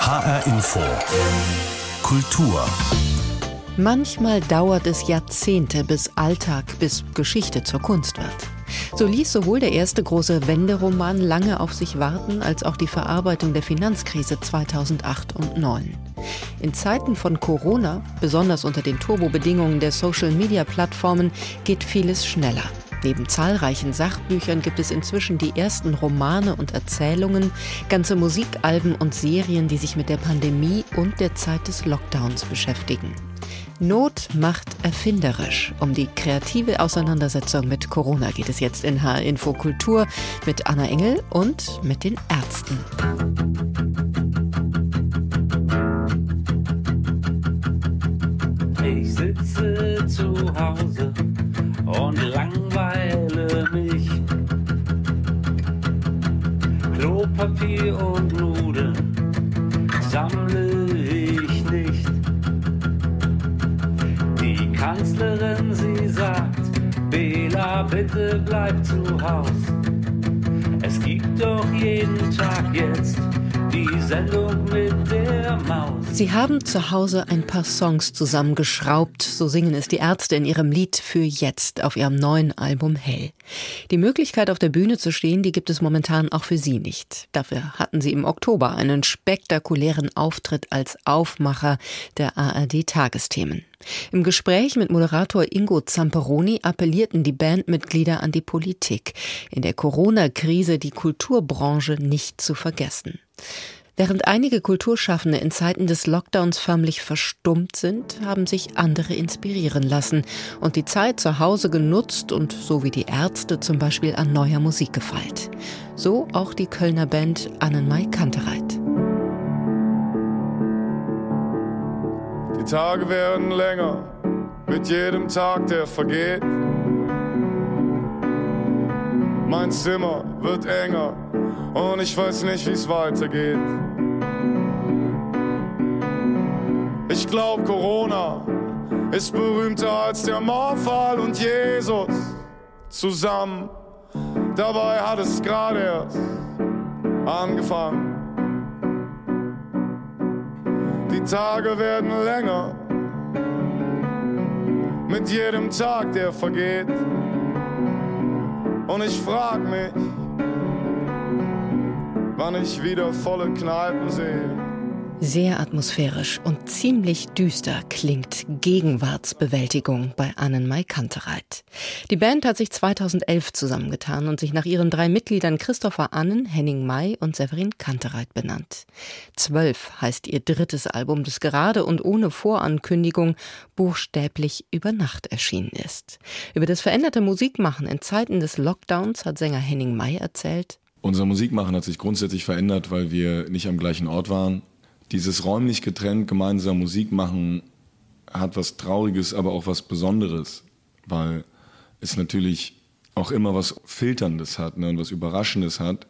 HR Info Kultur. Manchmal dauert es Jahrzehnte, bis Alltag, bis Geschichte zur Kunst wird. So ließ sowohl der erste große Wenderoman lange auf sich warten, als auch die Verarbeitung der Finanzkrise 2008 und 2009. In Zeiten von Corona, besonders unter den Turbobedingungen der Social-Media-Plattformen, geht vieles schneller. Neben zahlreichen Sachbüchern gibt es inzwischen die ersten Romane und Erzählungen, ganze Musikalben und Serien, die sich mit der Pandemie und der Zeit des Lockdowns beschäftigen. Not macht erfinderisch. Um die kreative Auseinandersetzung mit Corona geht es jetzt in HR Info Kultur mit Anna Engel und mit den Ärzten. Ich sitze zu Hause und langweile mich. Klopapier und Nudeln sammle ich nicht. Die Kanzlerin, sie sagt, Bela, bitte bleib zu Haus. Es gibt doch jeden Tag jetzt die Sendung mit der Maus. Sie haben zu Hause ein paar Songs zusammengeschraubt, so singen es die Ärzte in ihrem Lied Für jetzt auf ihrem neuen Album Hell. Die Möglichkeit, auf der Bühne zu stehen, die gibt es momentan auch für sie nicht. Dafür hatten sie im Oktober einen spektakulären Auftritt als Aufmacher der ARD-Tagesthemen. Im Gespräch mit Moderator Ingo Zamperoni appellierten die Bandmitglieder an die Politik, in der Corona-Krise die Kulturbranche nicht zu vergessen. Während einige Kulturschaffende in Zeiten des Lockdowns förmlich verstummt sind, haben sich andere inspirieren lassen und die Zeit zu Hause genutzt und so wie die Ärzte zum Beispiel an neuer Musik gefeilt. So auch die Kölner Band Annenmai Kantereit. Die Tage werden länger, mit jedem Tag, der vergeht. Mein Zimmer wird enger und ich weiß nicht, wie es weitergeht. Ich glaube, Corona ist berühmter als der Mauerfall und Jesus zusammen. Dabei hat es gerade erst angefangen. Die Tage werden länger, mit jedem Tag, der vergeht. Und ich frag mich, wann ich wieder volle Kneipen sehe. Sehr atmosphärisch und ziemlich düster klingt Gegenwartsbewältigung bei Annenmai Kantereit. Die Band hat sich 2011 zusammengetan und sich nach ihren 3 Mitgliedern Christopher Annen, Henning Mai und Severin Kantereit benannt. 12 heißt ihr drittes Album, das gerade und ohne Vorankündigung buchstäblich über Nacht erschienen ist. Über das veränderte Musikmachen in Zeiten des Lockdowns hat Sänger Henning Mai erzählt: Unser Musikmachen hat sich grundsätzlich verändert, weil wir nicht am gleichen Ort waren. Dieses räumlich getrennt gemeinsam Musik machen hat was Trauriges, aber auch was Besonderes, weil es natürlich auch immer was Filterndes hat, und was Überraschendes hat.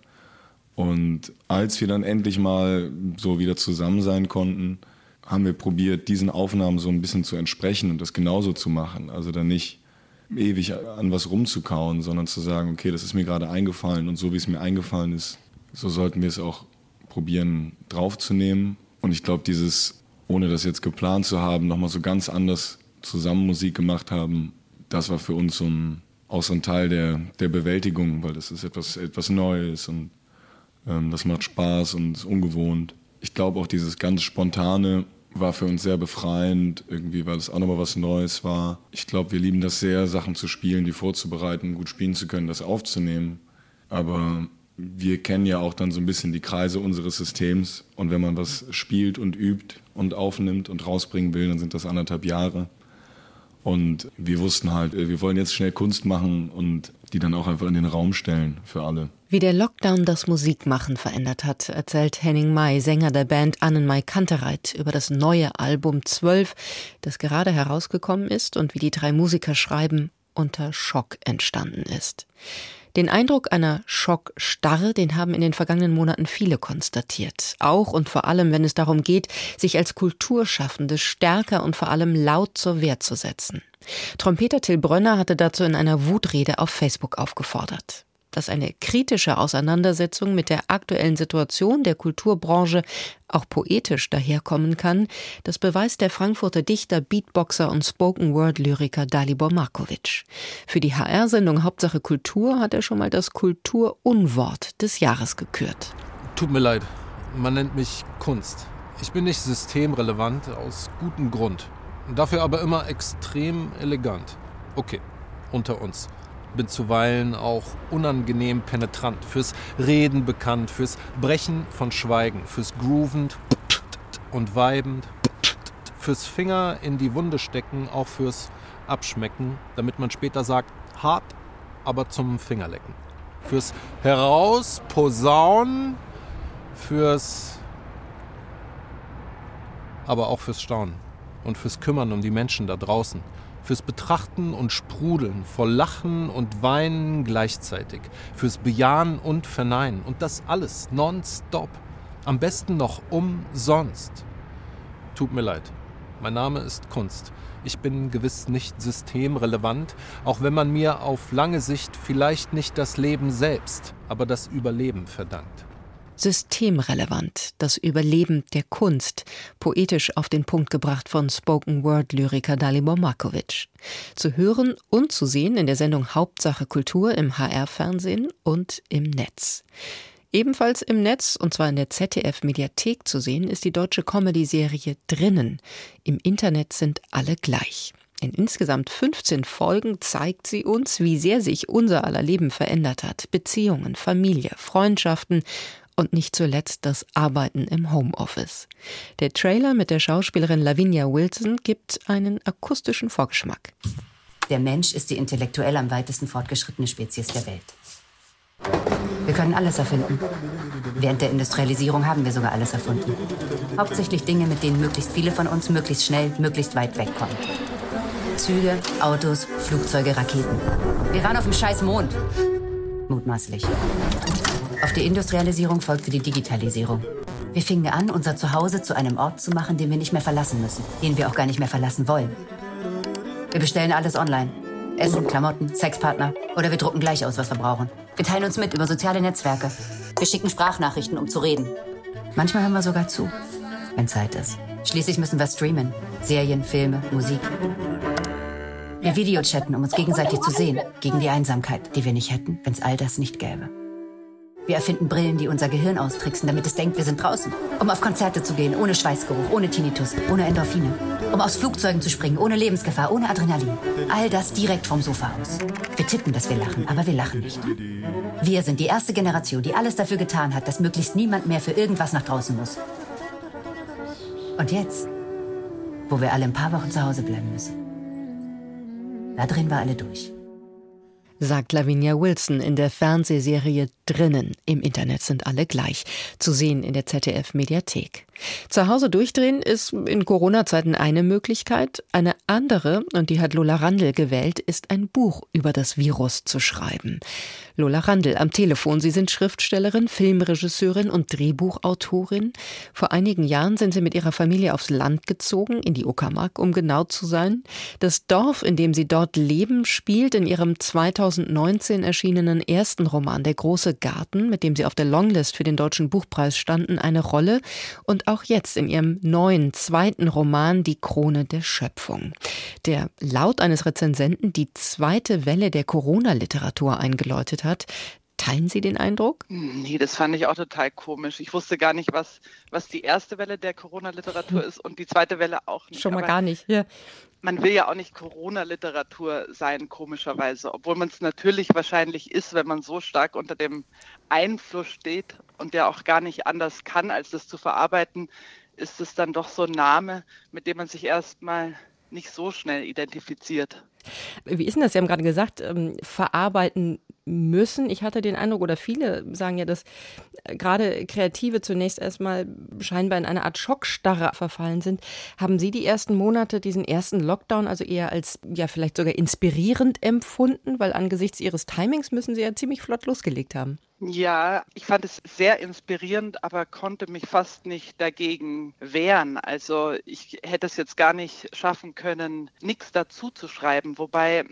Und als wir dann endlich mal so wieder zusammen sein konnten, haben wir probiert, diesen Aufnahmen so ein bisschen zu entsprechen und das genauso zu machen. Also dann nicht ewig an was rumzukauen, sondern zu sagen, okay, das ist mir gerade eingefallen und so wie es mir eingefallen ist, so sollten wir es auch probieren draufzunehmen. Und ich glaube, dieses, ohne das jetzt geplant zu haben, nochmal so ganz anders zusammen Musik gemacht haben, das war für uns auch so ein Teil der Bewältigung, weil das ist etwas Neues und das macht Spaß und ist ungewohnt. Ich glaube auch dieses ganz Spontane war für uns sehr befreiend, irgendwie, weil es auch nochmal was Neues war. Ich glaube, wir lieben das sehr, Sachen zu spielen, die vorzubereiten, gut spielen zu können, das aufzunehmen. Aber wir kennen ja auch dann so ein bisschen die Kreise unseres Systems. Und wenn man was spielt und übt und aufnimmt und rausbringen will, dann sind das 1,5 Jahre. Und wir wussten halt, wir wollen jetzt schnell Kunst machen und die dann auch einfach in den Raum stellen für alle. Wie der Lockdown das Musikmachen verändert hat, erzählt Henning Mai, Sänger der Band Annenmai Kantereit, über das neue Album 12, das gerade herausgekommen ist und wie die 3 Musiker schreiben, unter Schock entstanden ist. Den Eindruck einer Schockstarre, den haben in den vergangenen Monaten viele konstatiert. Auch und vor allem, wenn es darum geht, sich als Kulturschaffende stärker und vor allem laut zur Wehr zu setzen. Trompeter Till Brönner hatte dazu in einer Wutrede auf Facebook aufgefordert. Dass eine kritische Auseinandersetzung mit der aktuellen Situation der Kulturbranche auch poetisch daherkommen kann, das beweist der Frankfurter Dichter, Beatboxer und Spoken-Word-Lyriker Dalibor Markovic. Für die HR-Sendung Hauptsache Kultur hat er schon mal das Kultur-Unwort des Jahres gekürt. Tut mir leid, man nennt mich Kunst. Ich bin nicht systemrelevant, aus gutem Grund. Dafür aber immer extrem elegant. Okay, unter uns. Bin zuweilen auch unangenehm penetrant, fürs Reden bekannt, fürs Brechen von Schweigen, fürs Groovend und Weibend, fürs Finger in die Wunde stecken, auch fürs Abschmecken, damit man später sagt, hart, aber zum Fingerlecken. Fürs Herausposaunen, aber auch fürs Staunen und fürs Kümmern um die Menschen da draußen. Fürs Betrachten und Sprudeln, vor Lachen und Weinen gleichzeitig, fürs Bejahen und Verneinen und das alles nonstop, am besten noch umsonst. Tut mir leid, mein Name ist Kunst. Ich bin gewiss nicht systemrelevant, auch wenn man mir auf lange Sicht vielleicht nicht das Leben selbst, aber das Überleben verdankt. Systemrelevant, das Überleben der Kunst, poetisch auf den Punkt gebracht von Spoken-Word-Lyriker Dalibor Markovic. Zu hören und zu sehen in der Sendung Hauptsache Kultur im HR-Fernsehen und im Netz. Ebenfalls im Netz, und zwar in der ZDF-Mediathek zu sehen, ist die deutsche Comedy-Serie Drinnen. Im Internet sind alle gleich. In insgesamt 15 Folgen zeigt sie uns, wie sehr sich unser aller Leben verändert hat. Beziehungen, Familie, Freundschaften und nicht zuletzt das Arbeiten im Homeoffice. Der Trailer mit der Schauspielerin Lavinia Wilson gibt einen akustischen Vorgeschmack. Der Mensch ist die intellektuell am weitesten fortgeschrittene Spezies der Welt. Wir können alles erfinden. Während der Industrialisierung haben wir sogar alles erfunden. Hauptsächlich Dinge, mit denen möglichst viele von uns möglichst schnell, möglichst weit wegkommen. Züge, Autos, Flugzeuge, Raketen. Wir waren auf dem scheiß Mond. Mutmaßlich. Auf die Industrialisierung folgte die Digitalisierung. Wir fingen an, unser Zuhause zu einem Ort zu machen, den wir nicht mehr verlassen müssen, den wir auch gar nicht mehr verlassen wollen. Wir bestellen alles online. Essen, Klamotten, Sexpartner oder wir drucken gleich aus, was wir brauchen. Wir teilen uns mit über soziale Netzwerke. Wir schicken Sprachnachrichten, um zu reden. Manchmal hören wir sogar zu, wenn Zeit ist. Schließlich müssen wir streamen. Serien, Filme, Musik. Wir Videochatten, um uns gegenseitig zu sehen, gegen die Einsamkeit, die wir nicht hätten, wenn es all das nicht gäbe. Wir erfinden Brillen, die unser Gehirn austricksen, damit es denkt, wir sind draußen. Um auf Konzerte zu gehen, ohne Schweißgeruch, ohne Tinnitus, ohne Endorphine. Um aus Flugzeugen zu springen, ohne Lebensgefahr, ohne Adrenalin. All das direkt vom Sofa aus. Wir tippen, dass wir lachen, aber wir lachen nicht. Wir sind die erste Generation, die alles dafür getan hat, dass möglichst niemand mehr für irgendwas nach draußen muss. Und jetzt, wo wir alle ein paar Wochen zu Hause bleiben müssen, da drehen wir alle durch. Sagt Lavinia Wilson in der Fernsehserie Drinnen. Im Internet sind alle gleich. Zu sehen in der ZDF-Mediathek. Zu Hause durchdrehen ist in Corona-Zeiten eine Möglichkeit. Eine andere, und die hat Lola Randl gewählt, ist ein Buch über das Virus zu schreiben. Lola Randl am Telefon. Sie sind Schriftstellerin, Filmregisseurin und Drehbuchautorin. Vor einigen Jahren sind Sie mit Ihrer Familie aufs Land gezogen, in die Uckermark, um genau zu sein. Das Dorf, in dem Sie dort leben, spielt in Ihrem 2019 erschienenen ersten Roman Der große Garten, mit dem Sie auf der Longlist für den Deutschen Buchpreis standen, eine Rolle. Und auch jetzt in Ihrem neuen zweiten Roman Die Krone der Schöpfung, der laut eines Rezensenten die zweite Welle der Corona-Literatur eingeläutet hat. Teilen Sie den Eindruck? Nee, das fand ich auch total komisch. Ich wusste gar nicht, was die erste Welle der Corona-Literatur ist und die zweite Welle auch nicht. Schon mal gar nicht, ja. Man will ja auch nicht Corona-Literatur sein, komischerweise, obwohl man es natürlich wahrscheinlich ist, wenn man so stark unter dem Einfluss steht und der auch gar nicht anders kann, als das zu verarbeiten, ist es dann doch so ein Name, mit dem man sich erstmal nicht so schnell identifiziert. Wie ist denn das? Sie haben gerade gesagt, verarbeiten müssen. Ich hatte den Eindruck, oder viele sagen ja, dass gerade Kreative zunächst erstmal scheinbar in eine Art Schockstarre verfallen sind. Haben Sie die ersten Monate, diesen ersten Lockdown, also eher als ja vielleicht sogar inspirierend empfunden? Weil angesichts Ihres Timings müssen Sie ja ziemlich flott losgelegt haben. Ja, ich fand es sehr inspirierend, aber konnte mich fast nicht dagegen wehren. Also ich hätte es jetzt gar nicht schaffen können, nichts dazu zu schreiben, wobei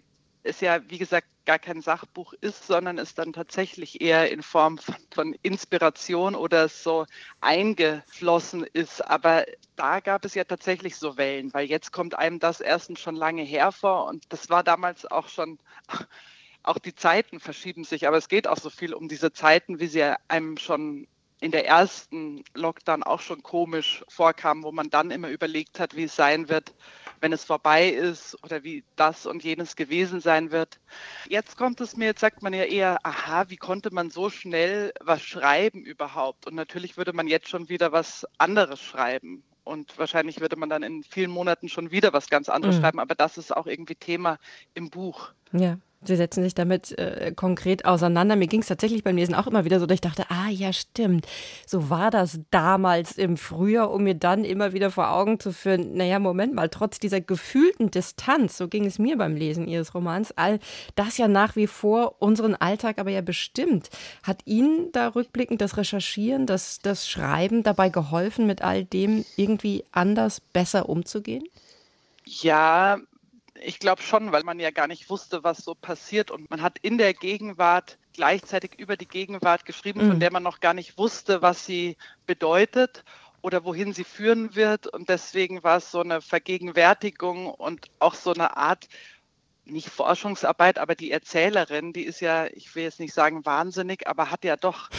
es ja, wie gesagt, gar kein Sachbuch ist, sondern es dann tatsächlich eher in Form von Inspiration oder so eingeflossen ist. Aber da gab es ja tatsächlich so Wellen, weil jetzt kommt einem das erstens schon lange her vor und das war damals auch schon, auch die Zeiten verschieben sich, aber es geht auch so viel um diese Zeiten, wie sie einem schon in der ersten Lockdown auch schon komisch vorkam, wo man dann immer überlegt hat, wie es sein wird, wenn es vorbei ist oder wie das und jenes gewesen sein wird. Jetzt sagt man ja eher, aha, wie konnte man so schnell was schreiben überhaupt? Und natürlich würde man jetzt schon wieder was anderes schreiben. Und wahrscheinlich würde man dann in vielen Monaten schon wieder was ganz anderes schreiben. Aber das ist auch irgendwie Thema im Buch. Ja. Sie setzen sich damit konkret auseinander. Mir ging es tatsächlich beim Lesen auch immer wieder so, dass ich dachte, ja stimmt, so war das damals im Frühjahr, um mir dann immer wieder vor Augen zu führen, naja, Moment mal, trotz dieser gefühlten Distanz, so ging es mir beim Lesen Ihres Romans, all das ja nach wie vor unseren Alltag aber ja bestimmt. Hat Ihnen da rückblickend das Recherchieren, das Schreiben dabei geholfen, mit all dem irgendwie anders, besser umzugehen? Ja, ich glaube schon, weil man ja gar nicht wusste, was so passiert. Und man hat in der Gegenwart gleichzeitig über die Gegenwart geschrieben, von der man noch gar nicht wusste, was sie bedeutet oder wohin sie führen wird. Und deswegen war es so eine Vergegenwärtigung und auch so eine Art, nicht Forschungsarbeit, aber die Erzählerin, die ist ja, ich will jetzt nicht sagen wahnsinnig, aber hat ja doch,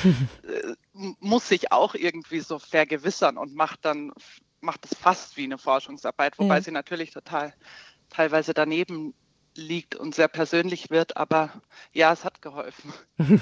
muss sich auch irgendwie so vergewissern und macht es fast wie eine Forschungsarbeit, wobei sie natürlich teilweise daneben liegt und sehr persönlich wird, aber ja, es hat geholfen.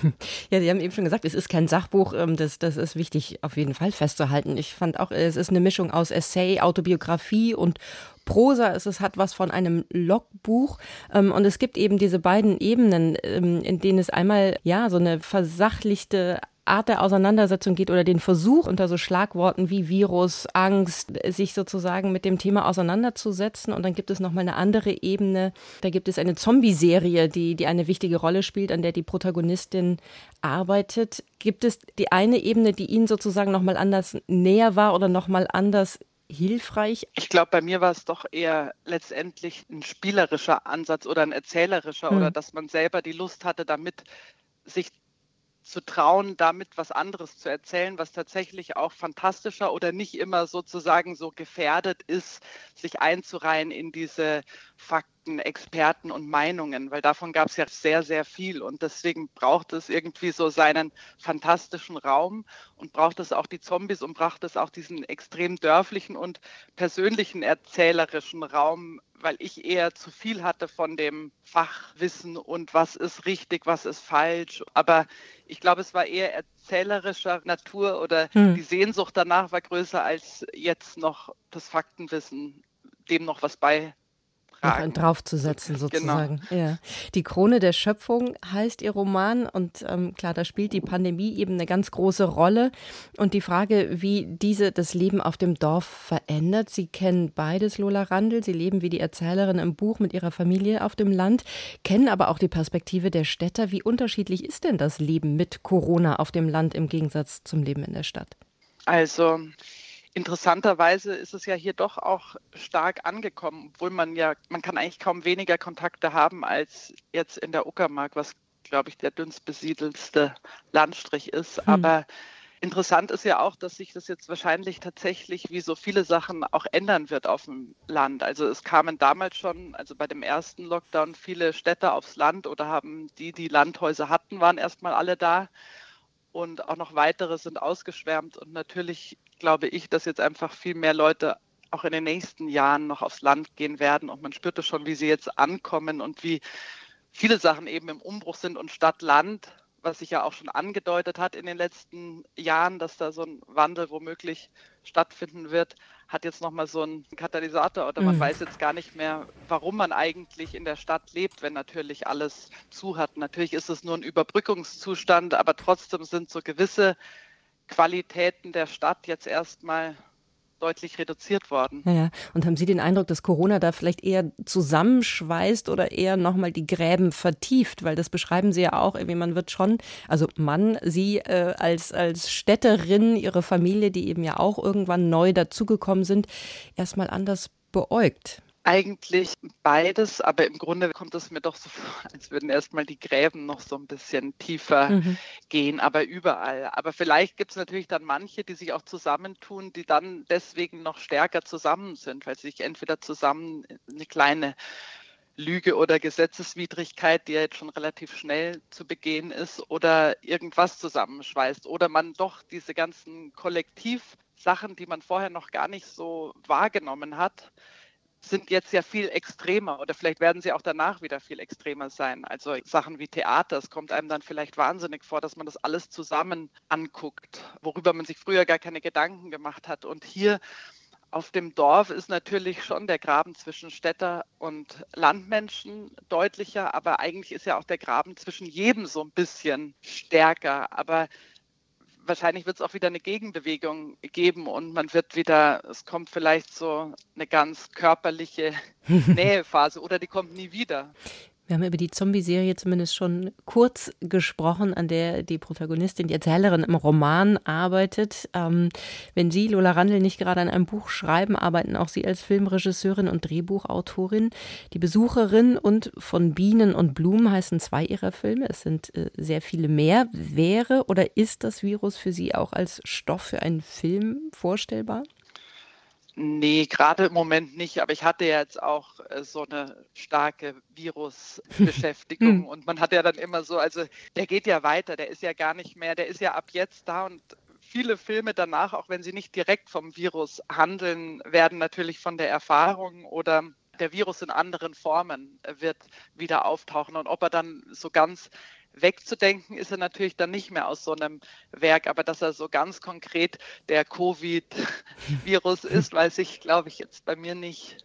Ja, Sie haben eben schon gesagt, es ist kein Sachbuch, das ist wichtig auf jeden Fall festzuhalten. Ich fand auch, es ist eine Mischung aus Essay, Autobiografie und Prosa. Es hat was von einem Logbuch und es gibt eben diese beiden Ebenen, in denen es einmal so eine versachlichte Art der Auseinandersetzung geht oder den Versuch, unter so Schlagworten wie Virus, Angst, sich sozusagen mit dem Thema auseinanderzusetzen. Und dann gibt es nochmal eine andere Ebene. Da gibt es eine Zombie-Serie, die eine wichtige Rolle spielt, an der die Protagonistin arbeitet. Gibt es die eine Ebene, die Ihnen sozusagen nochmal anders näher war oder nochmal anders hilfreich? Ich glaube, bei mir war es doch eher letztendlich ein spielerischer Ansatz oder ein erzählerischer oder dass man selber die Lust hatte, damit sich zu trauen, damit was anderes zu erzählen, was tatsächlich auch fantastischer oder nicht immer sozusagen so gefährdet ist, sich einzureihen in diese Fakten, Experten und Meinungen, weil davon gab es ja sehr, sehr viel und deswegen braucht es irgendwie so seinen fantastischen Raum und braucht es auch die Zombies und braucht es auch diesen extrem dörflichen und persönlichen erzählerischen Raum, weil ich eher zu viel hatte von dem Fachwissen und was ist richtig, was ist falsch. Aber ich glaube, es war eher erzählerischer Natur oder die Sehnsucht danach war größer als jetzt noch das Faktenwissen, dem noch was beitragen. Noch einen draufzusetzen sozusagen. Genau. Ja. Die Krone der Schöpfung heißt Ihr Roman und klar, da spielt die Pandemie eben eine ganz große Rolle und die Frage, wie diese das Leben auf dem Dorf verändert. Sie kennen beides, Lola Randl. Sie leben wie die Erzählerin im Buch mit ihrer Familie auf dem Land, kennen aber auch die Perspektive der Städter. Wie unterschiedlich ist denn das Leben mit Corona auf dem Land im Gegensatz zum Leben in der Stadt? Also interessanterweise ist es ja hier doch auch stark angekommen, obwohl man kann eigentlich kaum weniger Kontakte haben als jetzt in der Uckermark, was, glaube ich, der dünnst besiedelste Landstrich ist. Aber interessant ist ja auch, dass sich das jetzt wahrscheinlich tatsächlich wie so viele Sachen auch ändern wird auf dem Land. Also es kamen damals schon, also bei dem ersten Lockdown, viele Städter aufs Land oder haben die Landhäuser hatten, waren erstmal alle da. Und auch noch weitere sind ausgeschwärmt. Und natürlich glaube ich, dass jetzt einfach viel mehr Leute auch in den nächsten Jahren noch aufs Land gehen werden. Und man spürt es schon, wie sie jetzt ankommen und wie viele Sachen eben im Umbruch sind. Und Stadt-Land, was sich ja auch schon angedeutet hat in den letzten Jahren, dass da so ein Wandel womöglich stattfinden wird, hat jetzt nochmal so einen Katalysator oder man weiß jetzt gar nicht mehr, warum man eigentlich in der Stadt lebt, wenn natürlich alles zu hat. Natürlich ist es nur ein Überbrückungszustand, aber trotzdem sind so gewisse Qualitäten der Stadt jetzt erstmal deutlich reduziert worden. Ja. Und haben Sie den Eindruck, dass Corona da vielleicht eher zusammenschweißt oder eher nochmal die Gräben vertieft? Weil das beschreiben Sie ja auch, irgendwie man wird schon, also Sie als Städterin, Ihre Familie, die eben ja auch irgendwann neu dazugekommen sind, erstmal anders beäugt. Eigentlich beides, aber im Grunde kommt es mir doch so vor, als würden erstmal die Gräben noch so ein bisschen tiefer gehen, aber überall. Aber vielleicht gibt es natürlich dann manche, die sich auch zusammentun, die dann deswegen noch stärker zusammen sind, weil sie sich entweder zusammen eine kleine Lüge oder Gesetzeswidrigkeit, die ja jetzt schon relativ schnell zu begehen ist, oder irgendwas zusammenschweißt. Oder man doch diese ganzen Kollektivsachen, die man vorher noch gar nicht so wahrgenommen hat, sind jetzt ja viel extremer oder vielleicht werden sie auch danach wieder viel extremer sein. Also Sachen wie Theater, es kommt einem dann vielleicht wahnsinnig vor, dass man das alles zusammen anguckt, worüber man sich früher gar keine Gedanken gemacht hat. Und hier auf dem Dorf ist natürlich schon der Graben zwischen Städter und Landmenschen deutlicher, aber eigentlich ist ja auch der Graben zwischen jedem so ein bisschen stärker. Aber wahrscheinlich wird es auch wieder eine Gegenbewegung geben und es kommt vielleicht so eine ganz körperliche Nähephase oder die kommt nie wieder. Wir haben über die Zombie-Serie zumindest schon kurz gesprochen, an der die Protagonistin, die Erzählerin im Roman arbeitet. Wenn Sie, Lola Randl, nicht gerade an einem Buch schreiben, arbeiten auch Sie als Filmregisseurin und Drehbuchautorin. Die Besucherin und Von Bienen und Blumen heißen 2 Ihrer Filme. Es sind sehr viele mehr. Wäre oder ist das Virus für Sie auch als Stoff für einen Film vorstellbar? Nee, gerade im Moment nicht, aber ich hatte ja jetzt auch so eine starke Virusbeschäftigung und man hat ja dann immer so, also der geht ja weiter, der ist ja gar nicht mehr, der ist ja ab jetzt da und viele Filme danach, auch wenn sie nicht direkt vom Virus handeln, werden natürlich von der Erfahrung oder der Virus in anderen Formen wird wieder auftauchen und ob er dann so ganz wegzudenken ist er natürlich dann nicht mehr aus so einem Werk, aber dass er so ganz konkret der Covid-Virus ist, weiß ich, glaube ich, jetzt bei mir nicht.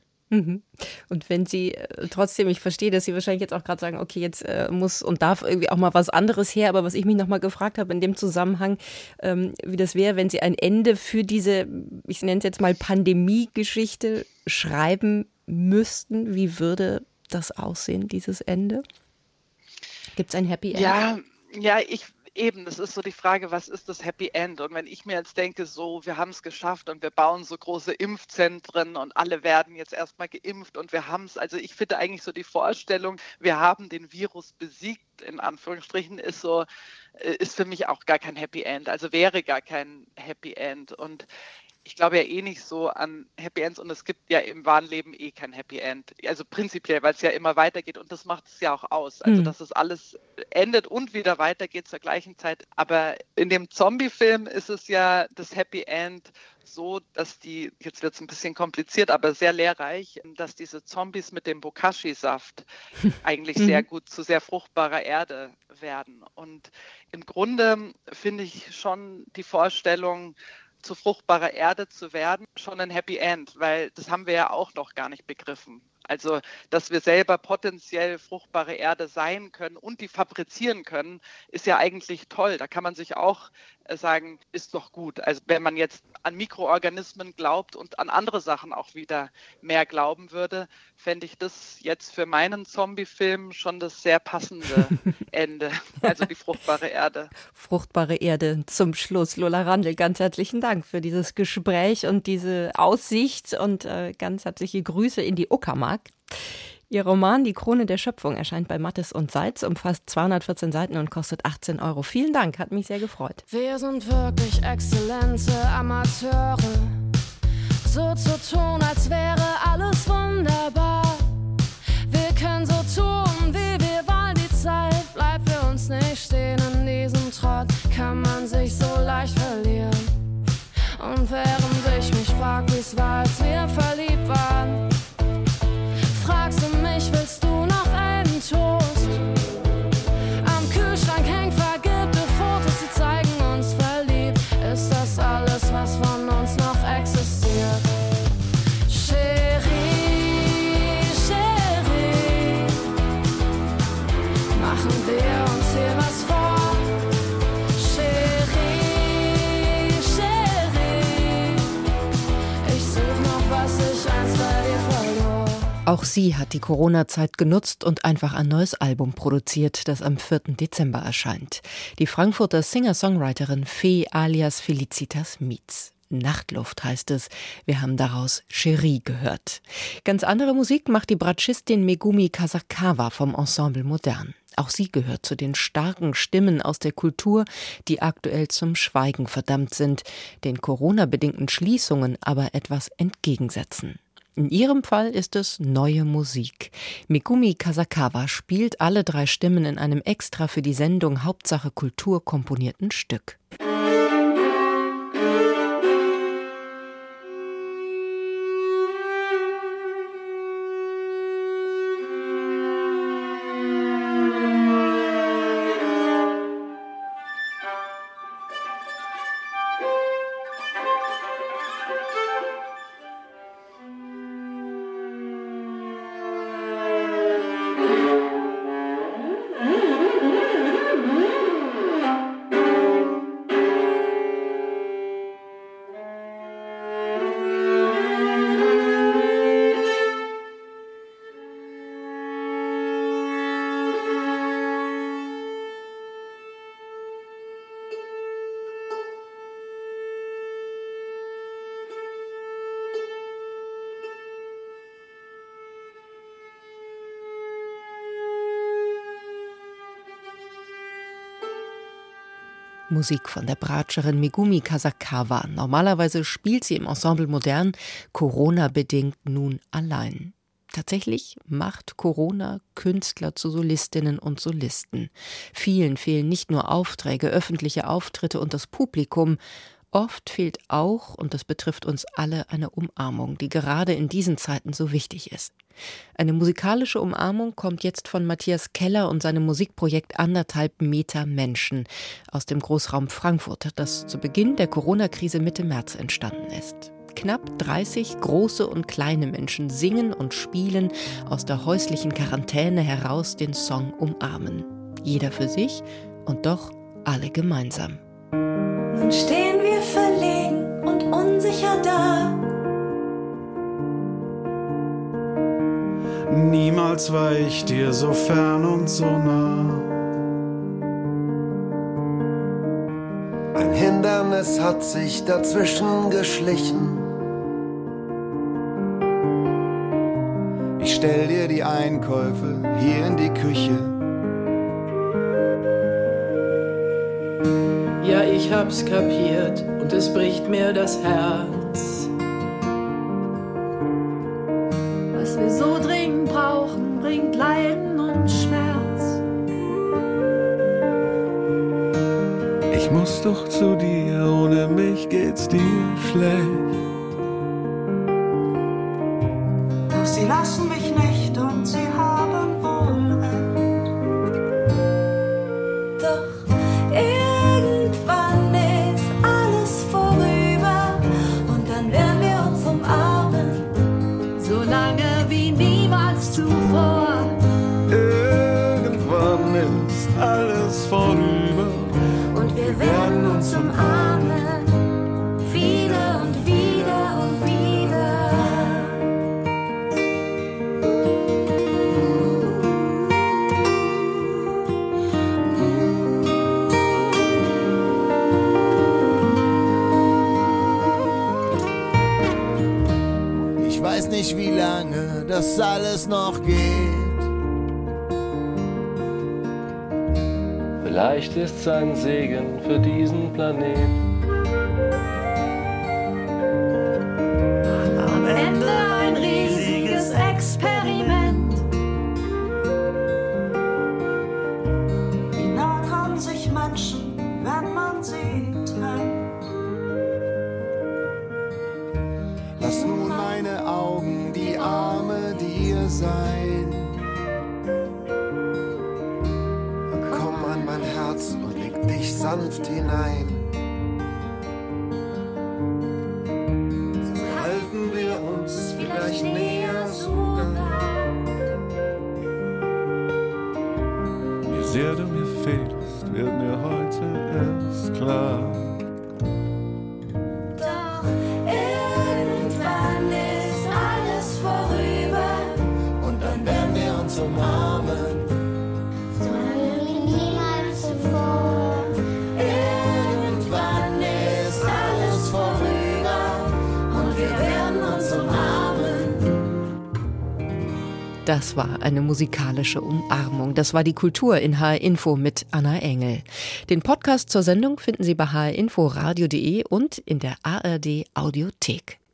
Und wenn Sie trotzdem, ich verstehe, dass Sie wahrscheinlich jetzt auch gerade sagen, okay, jetzt muss und darf irgendwie auch mal was anderes her, aber was ich mich nochmal gefragt habe in dem Zusammenhang, wie das wäre, wenn Sie ein Ende für diese, ich nenne es jetzt mal Pandemie-Geschichte schreiben müssten, wie würde das aussehen, dieses Ende? Gibt es ein Happy End? Ja, das ist so die Frage, was ist das Happy End? Und wenn ich mir jetzt denke, so, wir haben es geschafft und wir bauen so große Impfzentren und alle werden jetzt erstmal geimpft und wir haben es, also ich finde eigentlich so die Vorstellung, wir haben den Virus besiegt, in Anführungsstrichen, ist für mich auch gar kein Happy End, also wäre gar kein Happy End. Und ich glaube ja eh nicht so an Happy Ends und es gibt ja im wahren Leben eh kein Happy End. Also prinzipiell, weil es ja immer weitergeht und das macht es ja auch aus. Also dass es alles endet und wieder weitergeht zur gleichen Zeit. Aber in dem Zombie-Film ist es ja das Happy End so, dass jetzt wird es ein bisschen kompliziert, aber sehr lehrreich, dass diese Zombies mit dem Bokashi-Saft eigentlich sehr gut zu sehr fruchtbarer Erde werden. Und im Grunde finde ich schon die Vorstellung, zu fruchtbarer Erde zu werden, schon ein Happy End, weil das haben wir ja auch noch gar nicht begriffen. Also, dass wir selber potenziell fruchtbare Erde sein können und die fabrizieren können, ist ja eigentlich toll. Da kann man sich auch sagen, ist doch gut. Also wenn man jetzt an Mikroorganismen glaubt und an andere Sachen auch wieder mehr glauben würde, fände ich das jetzt für meinen Zombie-Film schon das sehr passende Ende. Also die fruchtbare Erde. Fruchtbare Erde zum Schluss. Lola Randl, ganz herzlichen Dank für dieses Gespräch und diese Aussicht und ganz herzliche Grüße in die Uckermark. Ihr Roman Die Krone der Schöpfung erscheint bei Mattes und Seitz, umfasst 214 Seiten und kostet 18 €. Vielen Dank, hat mich sehr gefreut. Wir sind wirklich exzellente Amateure, so zu tun, als wäre alles wunderbar. Wir können so tun, wie wir wollen, die Zeit bleibt für uns nicht stehen. In diesem Trott kann man sich so leicht verlieren. Und während ich mich frag, wie's war, als wir verliebt waren, fragst du mich, willst du noch einen Toast? Am Kühlschrank hängt vergilbte Fotos, die zeigen uns verliebt. Ist das alles, was von uns noch existiert? Chérie, Chérie, machen wir uns hier was vor? Chérie, Chérie, ich such noch, was ich einst bei dir verlor. Auch sie hat die Corona-Zeit genutzt und einfach ein neues Album produziert, das am 4. Dezember erscheint. Die Frankfurter Singer-Songwriterin Fee alias Felicitas Mietz. Nachtluft heißt es. Wir haben daraus Cherie gehört. Ganz andere Musik macht die Bratschistin Megumi Kasakawa vom Ensemble Modern. Auch sie gehört zu den starken Stimmen aus der Kultur, die aktuell zum Schweigen verdammt sind, den Corona-bedingten Schließungen aber etwas entgegensetzen. In ihrem Fall ist es neue Musik. Megumi Kasakawa spielt alle 3 Stimmen in einem extra für die Sendung Hauptsache Kultur komponierten Stück. Musik von der Bratscherin Megumi Kasakawa. Normalerweise spielt sie im Ensemble Modern, Corona-bedingt nun allein. Tatsächlich macht Corona Künstler zu Solistinnen und Solisten. Vielen fehlen nicht nur Aufträge, öffentliche Auftritte und das Publikum. Oft fehlt auch, und das betrifft uns alle, eine Umarmung, die gerade in diesen Zeiten so wichtig ist. Eine musikalische Umarmung kommt jetzt von Matthias Keller und seinem Musikprojekt 1,5 Meter Menschen aus dem Großraum Frankfurt, das zu Beginn der Corona-Krise Mitte März entstanden ist. Knapp 30 große und kleine Menschen singen und spielen aus der häuslichen Quarantäne heraus den Song Umarmen. Jeder für sich und doch alle gemeinsam. Nun stehen wir verlegen und unsicher da. Niemals war ich dir so fern und so nah. Ein Hindernis hat sich dazwischen geschlichen. Ich stell dir die Einkäufe hier in die Küche. Ja, ich hab's kapiert und es bricht mir das Herz. Was wir so dringend brauchen, bringt Leiden und Schmerz. Ich muss doch zu dir, ohne mich geht's dir schlecht. Doch sie lassen mich nicht und sie haben wohl recht. Doch irgendwann ist alles vorüber und dann werden wir uns umarmen, so lange wie niemals zuvor. Irgendwann ist alles vorüber und wir werden uns umarmen, wieder und wieder und wieder. Ich weiß nicht, wie lange das alles noch geht. Vielleicht ist's ein Segen für diesen Planeten. Am Ende ein riesiges Experiment. Wie nah kommen sich Menschen, wenn man sie trennt? Lass nun meine Augen die Arme dir sein. Komm an mein Herz und leg dich sanft hinein. So halten wir uns vielleicht näher sogar. Wie sehr du mir fehlst, wird mir heute erst klar. Doch irgendwann ist alles vorüber Und dann werden wir uns umarmen. so lange wie niemals zuvor. Irgendwann ist alles vorüber Das war eine musikalische Umarmung. Das war die Kultur in HR Info mit Anna Engel. Den Podcast zur Sendung finden Sie bei hrinforadio.de und in der ARD Audiothek.